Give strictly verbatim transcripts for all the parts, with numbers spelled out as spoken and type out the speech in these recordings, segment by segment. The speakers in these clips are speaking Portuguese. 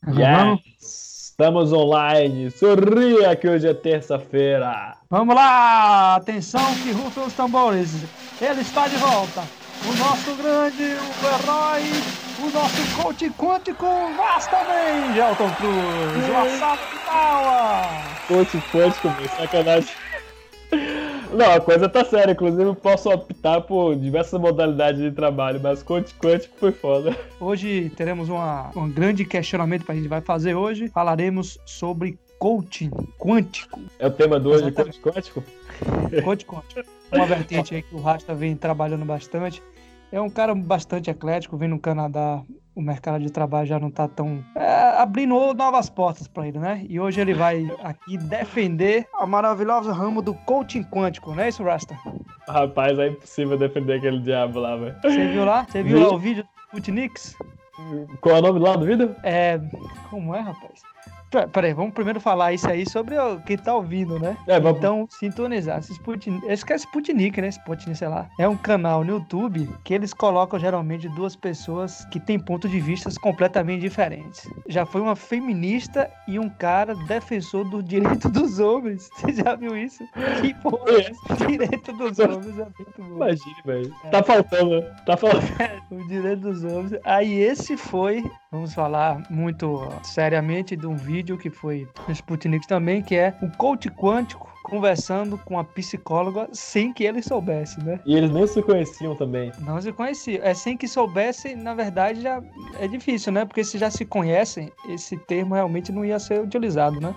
Yes! Estamos online. Sorria que hoje é terça-feira. Vamos lá! Atenção que rufem os tambores. Ele está de volta. O nosso grande, o herói, o nosso coach quântico, mas também, Gelton Cruz. O assado de Taua. Coach quântico, meu, sacanagem. Não, a coisa tá séria. Inclusive, eu posso optar por diversas modalidades de trabalho, mas coach quântico foi foda. Hoje teremos uma, um grande questionamento que a gente vai fazer hoje. Falaremos sobre coaching quântico. É o tema do hoje, coach quântico? Coach quântico. Uma vertente aí que o Rasta vem trabalhando bastante. É um cara bastante eclético, vem no Canadá. O mercado de trabalho já não tá tão... É, abrindo novas portas para ele, né? E hoje ele vai aqui defender a maravilhosa ramo do coaching quântico, não é isso, Rasta? Rapaz, é impossível defender aquele diabo lá, velho. Você viu lá? Você viu lá o vídeo do Sputniks? Qual é o nome lá do vídeo? É... Como é, rapaz? Peraí, vamos primeiro falar isso aí sobre o que tá ouvindo, né? É, vamos... Então, sintonizar. Sputnik, acho que é Sputnik, né? Sputnik, sei lá. É um canal no YouTube que eles colocam geralmente duas pessoas que têm pontos de vista completamente diferentes. Já foi uma feminista e um cara defensor do direito dos homens. Você já viu isso? Que porra, é. Direito dos homens é muito bom. Imagine, velho. É. Tá faltando, né? Tá faltando. O direito dos homens. Aí esse foi, vamos falar muito seriamente de um vídeo que foi no Sputnik também, que é um coach quântico conversando com a psicóloga sem que ele soubesse, né? E eles nem se conheciam também. Não se conheciam. É sem que soubessem, na verdade, já é difícil, né? Porque se já se conhecem, esse termo realmente não ia ser utilizado, né?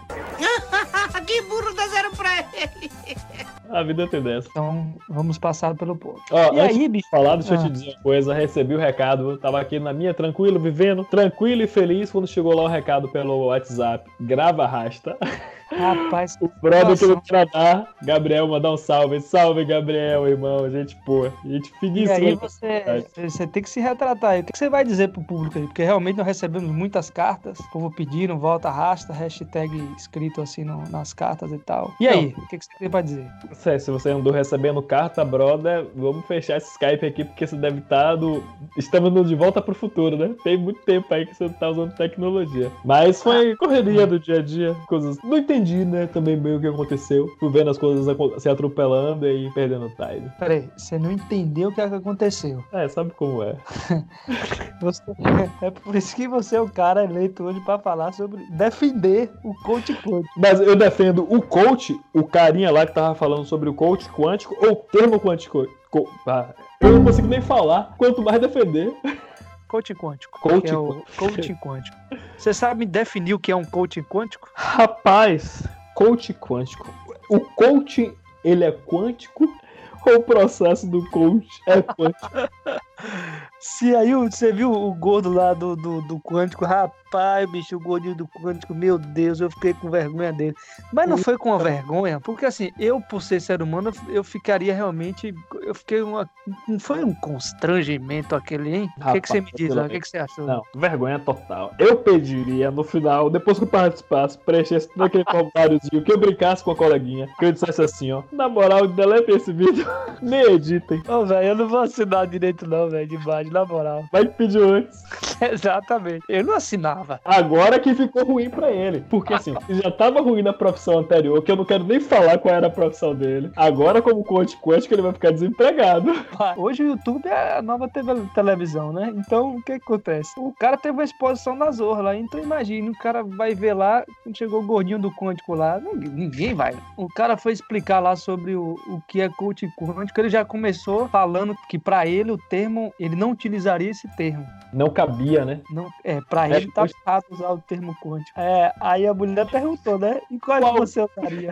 Que burro, dá zero pra ele. A vida tem dessa. Então, vamos passar pelo ponto. Ó, e antes aí, de bicho? falar, deixa ah. eu te dizer uma coisa. Recebi o recado, tava aqui na minha, tranquilo, vivendo, tranquilo e feliz. Quando chegou lá o recado pelo WhatsApp, grava arrasta. Rapaz, o brother aqui do Canadá, Gabriel, mandar um salve. Salve, Gabriel, irmão. Gente, pô, gente finíssima. E aí você, você tem que se retratar aí. O que você vai dizer pro público aí? Porque realmente nós recebemos muitas cartas, o povo pedindo, volta, arrasta, hashtag escrito assim no, nas cartas e tal. E aí, o que, que você tem pra dizer? Se você andou recebendo carta, brother, vamos fechar esse Skype aqui, porque você deve estar do... Estamos indo de volta pro futuro, né? Tem muito tempo aí que você não tá usando tecnologia. Mas foi correria do dia a dia, coisas... Não entendi, né, também bem o que aconteceu. Fui vendo as coisas se atropelando e perdendo time. Peraí, você não entendeu o que, é que aconteceu. É, sabe como é. Você... É por isso que você é o cara eleito hoje pra falar sobre defender o coach quântico. Mas eu defendo o coach, o carinha lá que tava falando sobre o coach quântico, ou o termo quântico. Co... Ah, eu não consigo nem falar, quanto mais defender. Coaching quântico. Coaching, é o coaching quântico. Você sabe me definir o que é um coaching quântico? Rapaz, coaching quântico. O coaching, ele é quântico ou o processo do coach é quântico? Se aí você viu o gordo lá do, do, do quântico, rapaz, bicho, o gordinho do quântico, meu Deus, eu fiquei com vergonha dele. Mas não foi com a vergonha, porque assim, eu, por ser ser humano, eu ficaria realmente, eu fiquei uma, não foi um constrangimento aquele, hein? O que, que você me diz lá? O que, que você achou? Não, vergonha total. Eu pediria no final, depois que eu participasse, preenchesse todo aquele formuláriozinho, que eu brincasse com a coleguinha, que eu dissesse assim, ó, na moral, delete esse vídeo, nem editem. Ô, velho, eu não vou assinar direito não, velho, de imagem, na moral. Vai que pediu antes. Exatamente. Eu não assinava. Agora que ficou ruim pra ele. Porque assim, já tava ruim na profissão anterior, que eu não quero nem falar qual era a profissão dele. Agora, como coach quântico, ele vai ficar desempregado. Hoje o YouTube é a nova televisão, né? Então, o que, que acontece? O cara teve uma exposição na Zorra lá. Então, imagine, o cara vai ver lá, quando chegou o gordinho do quântico lá, ninguém vai. O cara foi explicar lá sobre o, o que é coach quântico. Ele já começou falando que pra ele o termo, ele não utilizaria esse termo. Não cabia, né? Não, é, pra é, ele tá errado usar o termo quântico. É, aí a mulher perguntou, né? E qual, qual? você usaria?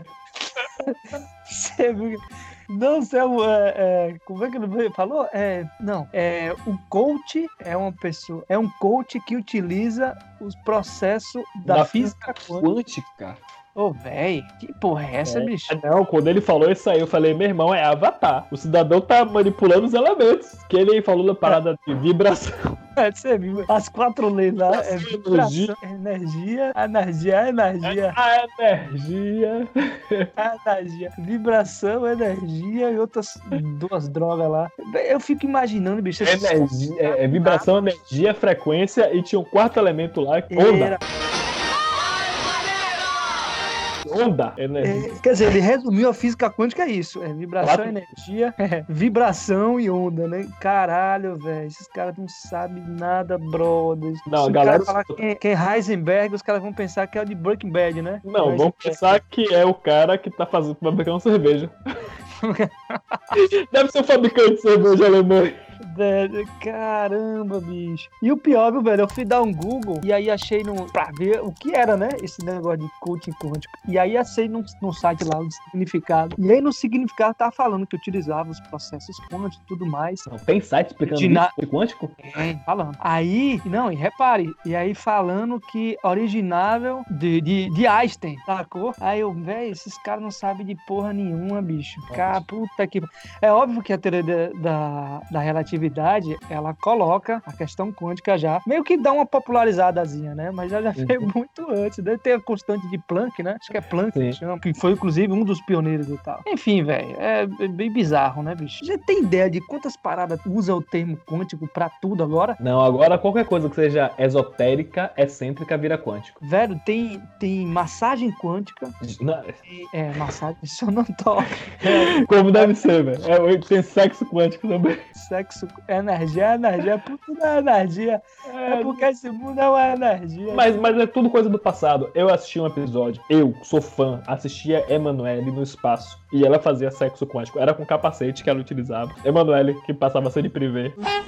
Você viu? Não, sei, é, é, como é que ele falou? É, não, é, o coach é uma pessoa, é um coach que utiliza os processos da, da física quântica. Ô, oh, véi, que porra é essa, é, bicho? Não, quando ele falou isso aí, eu falei, meu irmão, é Avatar. O cidadão tá manipulando os elementos. Que ele falou da parada de vibração. É, você viu? As quatro leis lá, é vibração, energia, energia, energia. A energia. A energia. Vibração, energia e outras duas drogas lá. Eu fico imaginando, bicho. Energia, é, é vibração, energia, frequência e tinha um quarto elemento lá, onda. Era... onda. Energia. É, quer dizer, ele resumiu a física quântica é isso. É vibração, Quatro. energia, é, vibração e onda, né? Caralho, velho. Esses caras não sabem nada, brothers. Não, Se a galera o cara falar que é, que é Heisenberg, os caras vão pensar que é o de Breaking Bad, né? Não, Heisenberg. vamos pensar que é o cara que tá fazendo, fabricando cerveja. Deve ser o fabricante de cerveja alemão. Velho, caramba, bicho. E o pior, meu velho, eu fui dar um Google e aí achei no, pra ver o que era, né? Esse negócio de coaching quântico. E aí achei num, num site lá o significado. E aí no significado tava falando que utilizava os processos quânticos e tudo mais. Não, tem site explicando De isso na- de quântico? É, falando. Aí, não, e repare, e aí falando que originável de, de, de Einstein, sacou? Aí eu, velho, esses caras não sabem de porra nenhuma, bicho. Cara, puta que. É óbvio que a teoria da, da, da relatividade, ela coloca a questão quântica já, meio que dá uma popularizadazinha, né? Mas ela já veio muito antes. Deve ter a constante de Planck, né? Acho que é Planck Sim. que chama, que foi inclusive um dos pioneiros e tal. Enfim, velho, é bem bizarro, né, bicho? Você tem ideia de quantas paradas usa o termo quântico pra tudo agora? Não, agora qualquer coisa que seja esotérica, excêntrica, vira quântico. Velho, tem, tem massagem quântica. Não, e- É, massagem, isso eu não toco. como deve ser, velho. É, tem sexo quântico também. Sexo, energia, energia, tudo é energia. É porque esse mundo é uma energia. Mas, mas é tudo coisa do passado. Eu assisti um episódio, eu sou fã, assistia Emanuele no espaço. E ela fazia sexo quântico. Era com capacete que ela utilizava. Emanuele, que passava a ser de privê.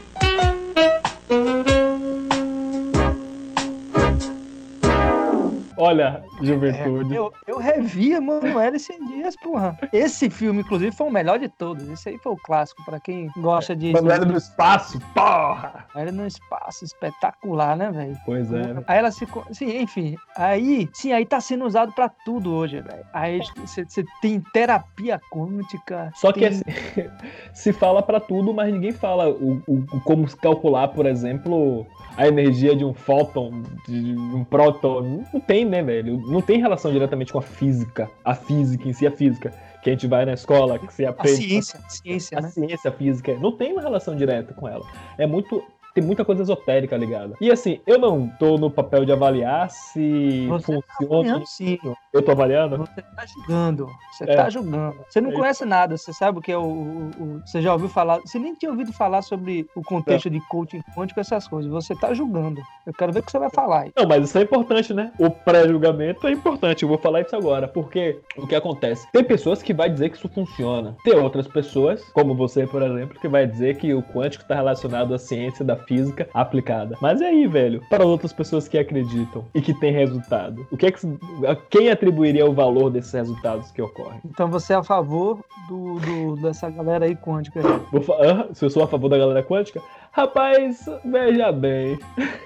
Olha, juventude. Eu, eu revi a Manoela esses dias, porra. Esse filme, inclusive, foi o melhor de todos. Esse aí foi o clássico, pra quem gosta de... Emanuele no espaço, porra! Era no espaço, espetacular, né, velho? Pois é. né? Aí ela se... Sim, enfim. Aí, sim, aí tá sendo usado pra tudo hoje, velho. Aí você tem terapia quântica. Só que tem... assim, se fala pra tudo, mas ninguém fala o, o, o como calcular, por exemplo, a energia de um fóton, de um próton. Não tem, né, velho? Não tem relação diretamente com a física. A física em si, a física. Que a gente vai na escola, que você A aprende. ciência, a ciência, A né? ciência física. Não tem uma relação direta com ela. É muito... Tem muita coisa esotérica ligada. E assim, eu não tô no papel de avaliar se Você tá funciona. avaliando, sim. Eu tô avaliando? Você tá julgando. Você É. tá julgando. Você não É. conhece nada. Você sabe o que é o, o- o- Você já ouviu falar. Você nem tinha ouvido falar sobre o contexto de coaching quântico, essas coisas. Você tá julgando. Eu quero ver o que você vai falar aí. Não, mas isso é importante, né? O pré-julgamento é importante. Eu vou falar isso agora. Porque o que acontece? Tem pessoas que vai dizer que isso funciona. Tem outras pessoas, como você, por exemplo, que vai dizer que o quântico está relacionado à ciência da física aplicada. Mas e aí, velho? Para outras pessoas que acreditam e que tem resultado, o que é que a quem atribuiria o valor desses resultados que ocorrem? Então você é a favor do, do- dessa galera aí quântica aí. Vou fa- ah, se eu sou a favor da galera quântica? Rapaz, veja bem.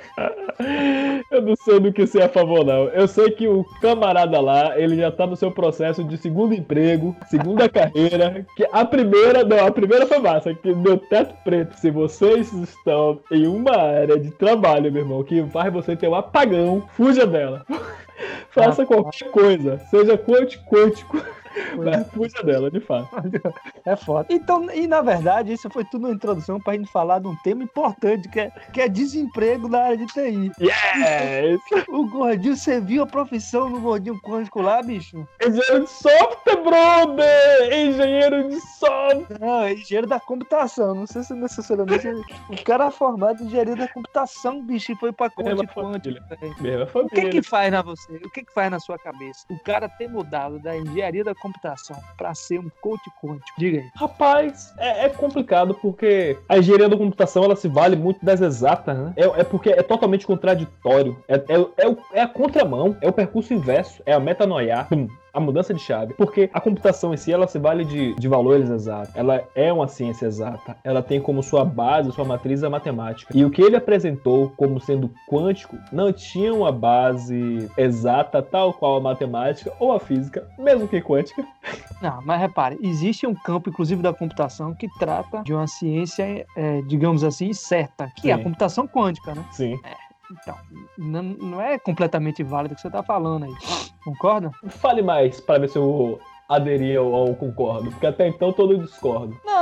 Eu não sei do que ser a favor, não. Eu sei que o camarada lá, ele já tá no seu processo de segundo emprego, segunda carreira, que a primeira, não, a primeira foi massa, que deu teto preto. Se vocês estão em uma área de trabalho, meu irmão, que faz você ter um apagão, fuja dela. Faça qualquer coisa, seja quântico, quântico, mas fuja dela, de fato. É foda. Então, e na verdade, isso foi tudo uma introdução pra gente falar de um tema importante, que é, que é desemprego na área de T I. Yes! O gordinho, você viu a profissão do gordinho quântico lá, bicho? Engenheiro de software, brother! Engenheiro de software! Não, é engenheiro da computação. Não sei se necessariamente. O cara é formado em engenharia da computação, bicho, e foi pra Mesma coach quântico. velho. Mesma O que família. que faz na você? O que que faz na sua cabeça? O cara ter mudado da engenharia da computação pra ser um coach quântico. Diga aí. Rapaz, é, é complicado porque a engenharia da computação ela se vale muito das exatas, né? É, é porque é totalmente contraditório. É, é, é, o- é a contramão, é o percurso inverso, é a metanoia. Pum. A mudança de chave. Porque a computação em si, ela se vale de, de valores exatos. Ela é uma ciência exata. Ela tem como sua base, sua matriz a matemática. E o que ele apresentou como sendo quântico não tinha uma base exata, tal qual a matemática ou a física, mesmo que quântica. Não, mas repare, existe um campo, inclusive da computação, que trata de uma ciência, é, digamos assim, certa, que é a Sim. computação quântica, né? Sim. Então, não, não é completamente válido o que você tá falando aí. Concorda? Fale mais para ver se eu aderir ou, ou concordo. Porque até então todo eu discordo. Não,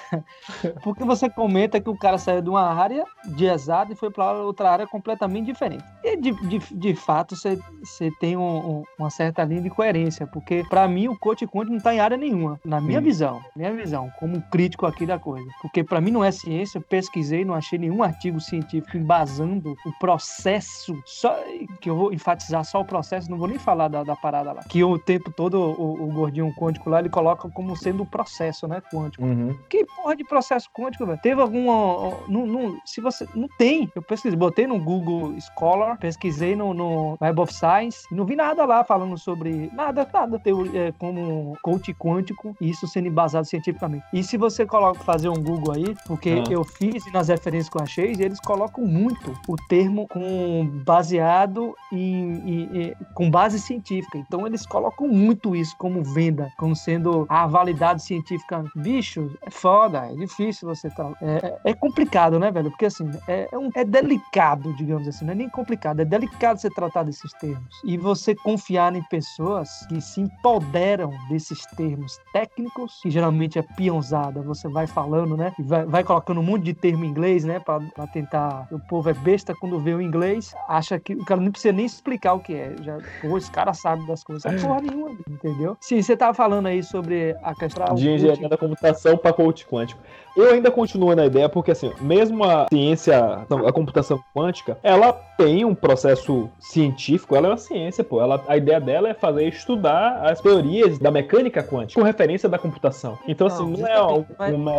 Porque você comenta que o cara saiu de uma área de exato e foi para outra área completamente diferente. E de, de, de fato você, você tem um, um, uma certa linha de coerência, porque para mim o coach quântico não está em área nenhuma, na minha Sim. visão, minha visão, como crítico aqui da coisa. Porque para mim não é ciência, eu pesquisei, não achei nenhum artigo científico embasando o processo, só que eu vou enfatizar só o processo, não vou nem falar da, da parada lá, que o tempo todo o, o gordinho quântico lá, ele coloca como sendo o processo, né, quântico. Uhum. Que porra de processo quântico, velho? Teve alguma... Não, não, se você... Não tem. Eu pesquisei, botei no Google Scholar, pesquisei no, no Web of Science, e não vi nada lá falando sobre... Nada, nada. Tem, é, como coach quântico, e isso sendo embasado cientificamente. E se você coloca, fazer um Google aí, porque ah. eu fiz e nas referências que eu achei, eles colocam muito o termo com baseado em, em, em... com base científica. Então, eles colocam muito isso como venda, como sendo a validade científica. Bicho, é foda, é difícil você tá... É, é complicado, né, velho? Porque, assim, é, é, um, é delicado, digamos assim, não é nem complicado, é delicado você tratar desses termos. E você confiar em pessoas que se empoderam desses termos técnicos, que geralmente é peãozada, você vai falando, né? E vai, vai colocando um monte de termo em inglês, né? Pra, pra tentar... O povo é besta quando vê o inglês, acha que o cara não precisa nem explicar o que é. Já, pô, esse cara sabe das coisas. É porra nenhuma, entendeu? Sim, você tava falando aí sobre a questão... De engenharia da computação para coach quântico. Eu ainda continuo na ideia porque, assim, mesmo a ciência, a computação quântica, ela tem um processo científico, ela é uma ciência, pô. Ela, a ideia dela é fazer estudar as teorias da mecânica quântica com referência da computação. Então, assim, não, não é um,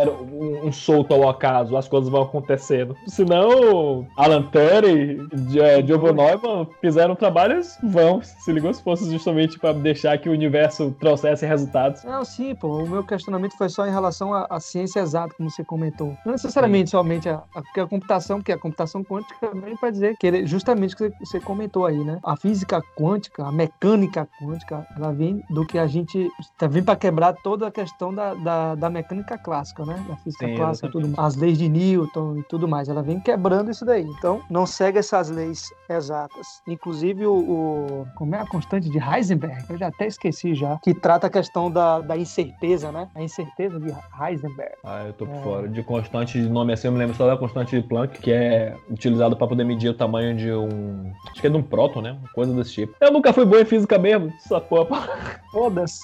um, um solto ao acaso, as coisas vão acontecendo. Senão, Alan Turing e Diogo Neumann fizeram trabalhos vãos, se ligou, se fosse justamente para deixar que o universo trouxesse resultados. Não, sim, pô. O meu questionamento foi só em relação à, à ciência exata, como você comentou. Não necessariamente Sim. somente a, a, a computação, porque a computação quântica vem para dizer que ele, justamente o que você comentou aí, né? A física quântica, a mecânica quântica, ela vem do que a gente... Tá, vem para quebrar toda a questão da, da, da mecânica clássica, né? Da física Sim, clássica e tudo mais. As leis de Newton e tudo mais. Ela vem quebrando isso daí. Então, não segue essas leis exatas. Inclusive, o... o como é a constante de Heisenberg? Eu já até esqueci já. Que trata a questão da, da incerteza, né? A incerteza de Heisenberg. Ah, eu tô por é. fora. De constante de nome assim, eu me lembro só da constante de Planck, que é utilizado para poder medir o tamanho de um... Acho que é de um próton, né? Uma coisa desse tipo. Eu nunca fui bom em física mesmo, essa porra. Foda-se.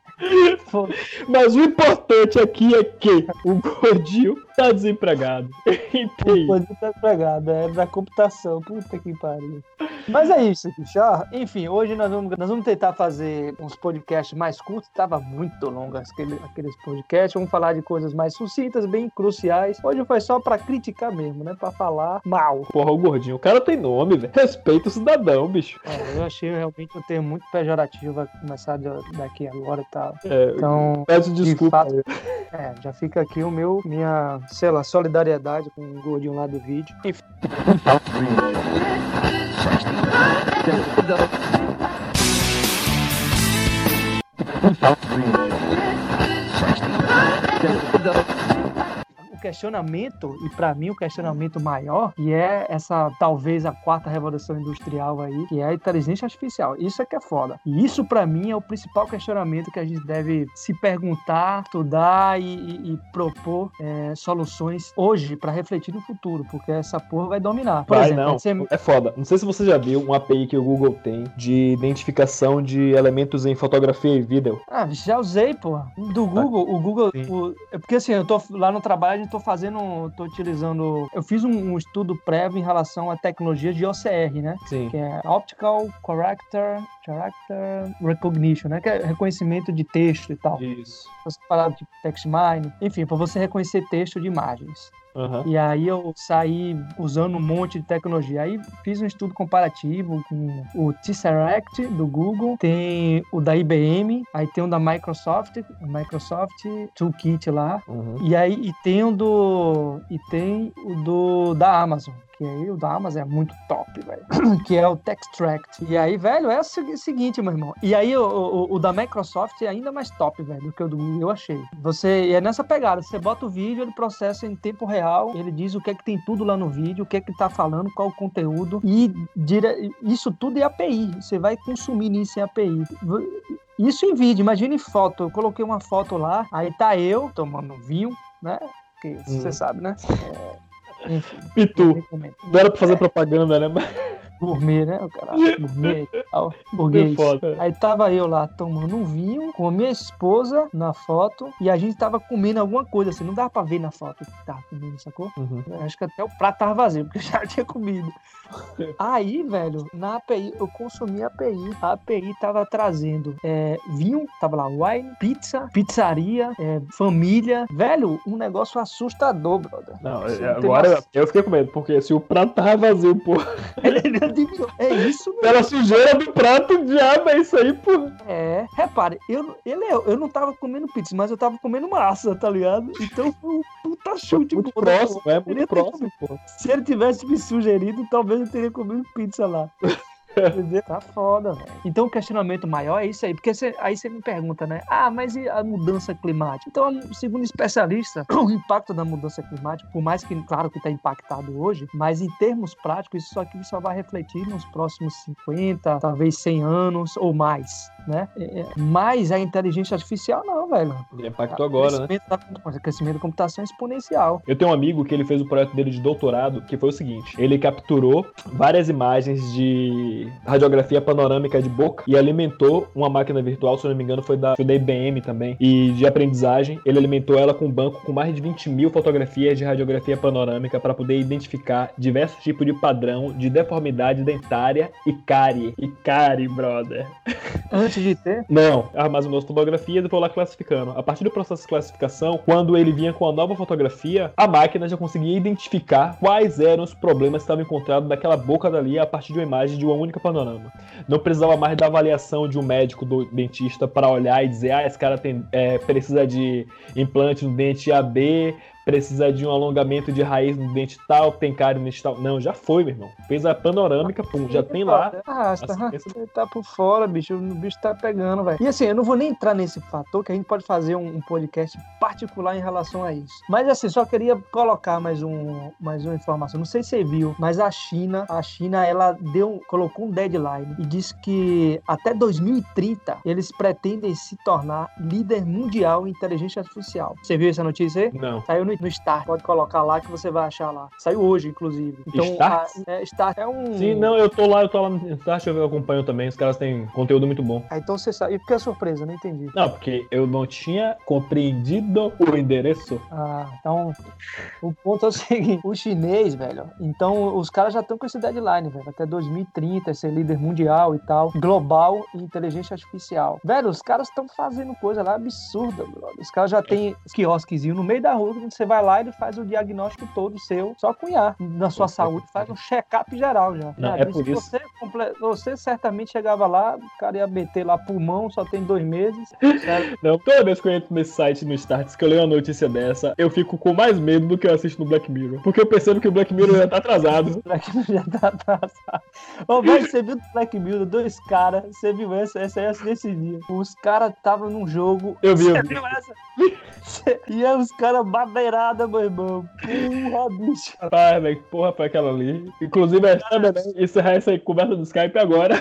Mas o importante aqui é que o gordinho tá desempregado. O gordinho tá desempregado, é da computação. Puta que pariu. Mas é isso, Kichar. Enfim, hoje nós vamos, nós vamos tentar fazer uns podcasts mais curtos. Tava muito longo aquele, aqueles podcasts. Vamos falar de coisas mais sucintas, bem cruciais. Hoje foi só pra criticar mesmo, né? Pra falar mal. Porra, o gordinho, o cara tem nome, velho. Respeita o cidadão, bicho. É, eu achei realmente um termo muito pejorativo. Vai começar daqui agora e tal. É, então, peço desculpa. De fato, é, já fica aqui o meu, minha, sei lá, solidariedade com o gordinho lá do vídeo. Enfim. Questionamento, e para mim o questionamento maior, que é essa, talvez a quarta revolução industrial aí, que é a inteligência artificial. Isso é que é foda. E isso para mim é o principal questionamento que a gente deve se perguntar, estudar e, e, e propor é, soluções hoje para refletir no futuro, porque essa porra vai dominar. Por vai exemplo, não, ser... é foda. Não sei se você já viu um A P I que o Google tem de identificação de elementos em fotografia e vídeo. Ah, já usei, porra. Do Google, o Google... O... É porque assim, eu tô lá no trabalho, a gente tô fazendo, tô utilizando, eu fiz um, um estudo prévio em relação à tecnologia de O C R, né? Sim. Que é Optical Character, Character Recognition, né? Que é reconhecimento de texto e tal. Isso. Você falar de text mining, enfim, para você reconhecer texto de imagens. Uhum. E aí eu saí usando um monte de tecnologia. Aí fiz um estudo comparativo com o Tesseract do Google, tem o da I B M, aí tem o da Microsoft, o Microsoft Toolkit lá, uhum. e aí e tem o do e tem o do da Amazon. Que aí o da Amazon é muito top, velho. Que é o Textract. E aí, velho, é o seguinte, meu irmão. E aí, o, o, o da Microsoft é ainda mais top, velho, do que o do Google, eu achei. Você, é nessa pegada. Você bota o vídeo, ele processa em tempo real, ele diz o que é que tem tudo lá no vídeo, o que é que tá falando, qual o conteúdo. E dire... isso tudo é A P I. Você vai consumir nisso em A P I. Isso em vídeo, imagine foto. Eu coloquei uma foto lá, aí tá eu tomando vinho, né? Que Hum. você sabe, né? É, enfim. Pitu. Não era pra fazer propaganda, né? Mas Gourmet, né? O cara, gourmet e tal. Burguês. foda. Aí tava eu lá tomando um vinho com a minha esposa na foto e a gente tava comendo alguma coisa assim. Não dava pra ver na foto o que tava comendo, sacou? Uhum. Eu acho que até o prato tava vazio, porque eu já tinha comido. Aí, velho, na A P I, eu consumi a API. A API tava trazendo é, vinho, tava lá wine, pizza, pizzaria, é, família. Velho, um negócio assustador, brother. Não, Você é- não tem agora noção. eu fiquei com medo, porque se o prato tava vazio, pô, Ele adivinhou. É isso mesmo. pela sujeira do prato, diabo, é isso aí, pô. É, repare, eu, ele, eu não tava comendo pizza, mas eu tava comendo massa, tá ligado? Então foi um puta chute. Muito pô, próximo, é Eu muito ia ter próximo, pô. comido. Se ele tivesse me sugerido, talvez eu teria comido pizza lá. Entendeu? Tá foda, velho. Então o questionamento maior é isso aí, porque cê- aí você me pergunta, né? Ah, mas e a mudança climática? Então, segundo especialista, o impacto da mudança climática, por mais que, claro, que está impactado hoje, mas em termos práticos, isso aqui só vai refletir nos próximos cinquenta, talvez cem anos ou mais, né? É, é, mas a inteligência artificial não, velho. Ele impactou agora, né? Crescimento da- crescimento da computação exponencial. Eu tenho um amigo que ele fez o projeto dele de doutorado, que foi o seguinte: ele capturou várias imagens de radiografia panorâmica de boca e alimentou uma máquina virtual, se eu não me engano foi da, foi da I B M também, e de aprendizagem. Ele alimentou ela com um banco com mais de vinte mil fotografias de radiografia panorâmica para poder identificar diversos tipos de padrão de deformidade dentária e cárie. E cárie, brother. Antes de ter, Não, armazenou as fotografias e foi lá classificando. A partir do processo de classificação, quando ele vinha com a nova fotografia, a máquina já conseguia identificar quais eram os problemas que estavam encontrados naquela boca dali a partir de uma imagem de uma única panorama. Não precisava mais da avaliação de um médico do dentista para olhar e dizer, ah, esse cara tem, é, precisa de implante no dente A B, precisa de um alongamento de raiz no dente tal, tem cárie no dente tal. Não, já foi, meu irmão. Fez a panorâmica, pum, já tem lá. Arrasta, a sequência do- Você tá por fora, bicho. O bicho tá pegando, velho. E assim, eu não vou nem entrar nesse fator, que a gente pode fazer um, um podcast particular em relação a isso. Mas assim, só queria colocar mais, um, mais uma informação. Não sei se você viu, mas a China, a China, ela deu, colocou um deadline e disse que até dois mil e trinta eles pretendem se tornar líder mundial em inteligência artificial. Você viu essa notícia aí? Não. Saiu no, no Start, pode colocar lá que você vai achar lá. Saiu hoje, inclusive. Então, Start? a, é, Start é um... Sim, não, eu tô lá, eu tô lá no Start, eu acompanho também, os caras têm conteúdo muito bom. Ah, então você sabe. E por que a surpresa? Não entendi. Não, porque eu não tinha compreendido o endereço. Ah, então o ponto é o seguinte, o chinês, velho, então os caras já estão com esse deadline, velho, até dois mil e trinta, ser líder mundial e tal, global em inteligência artificial. Velho, os caras estão fazendo coisa lá absurda, brother. Os caras já têm quiosquezinho no meio da rua, quando você vai lá, ele faz o diagnóstico todo seu, só com I A, na sua saúde, faz um check-up geral já. Não, Já é disse, por isso. Você, comple- você certamente chegava lá, o cara ia meter lá pulmão, só tem dois meses, certo? Não, toda vez que eu entro nesse site no Start, que eu leio uma notícia dessa, eu fico com mais medo do que eu assisto no Black Mirror. Porque eu percebo que o Black Mirror já tá atrasado. Black Mirror já tá atrasado. Ô, mas você viu do Black Mirror, dois caras, você viu essa, essa aí nesse dia. Os caras estavam num jogo. Eu vi, eu Você vi. viu essa? E aí os caras badeirada, meu irmão. Porra, bicho. Rapaz, velho, que porra foi aquela ali. Inclusive, é sabe, né? Encerrar essa conversa do Skype agora.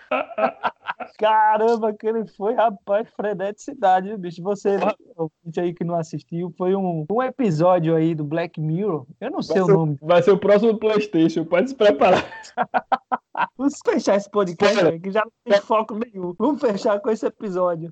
Caramba, que ele foi, rapaz, freneticidade, viu, bicho? Você, ouvinte aí que não assistiu, foi um, um episódio aí do Black Mirror. Eu não sei Vai o ser, nome. vai ser o próximo PlayStation, pode se preparar. Vamos fechar esse podcast, velho, que já não tem foco nenhum. Vamos fechar com esse episódio.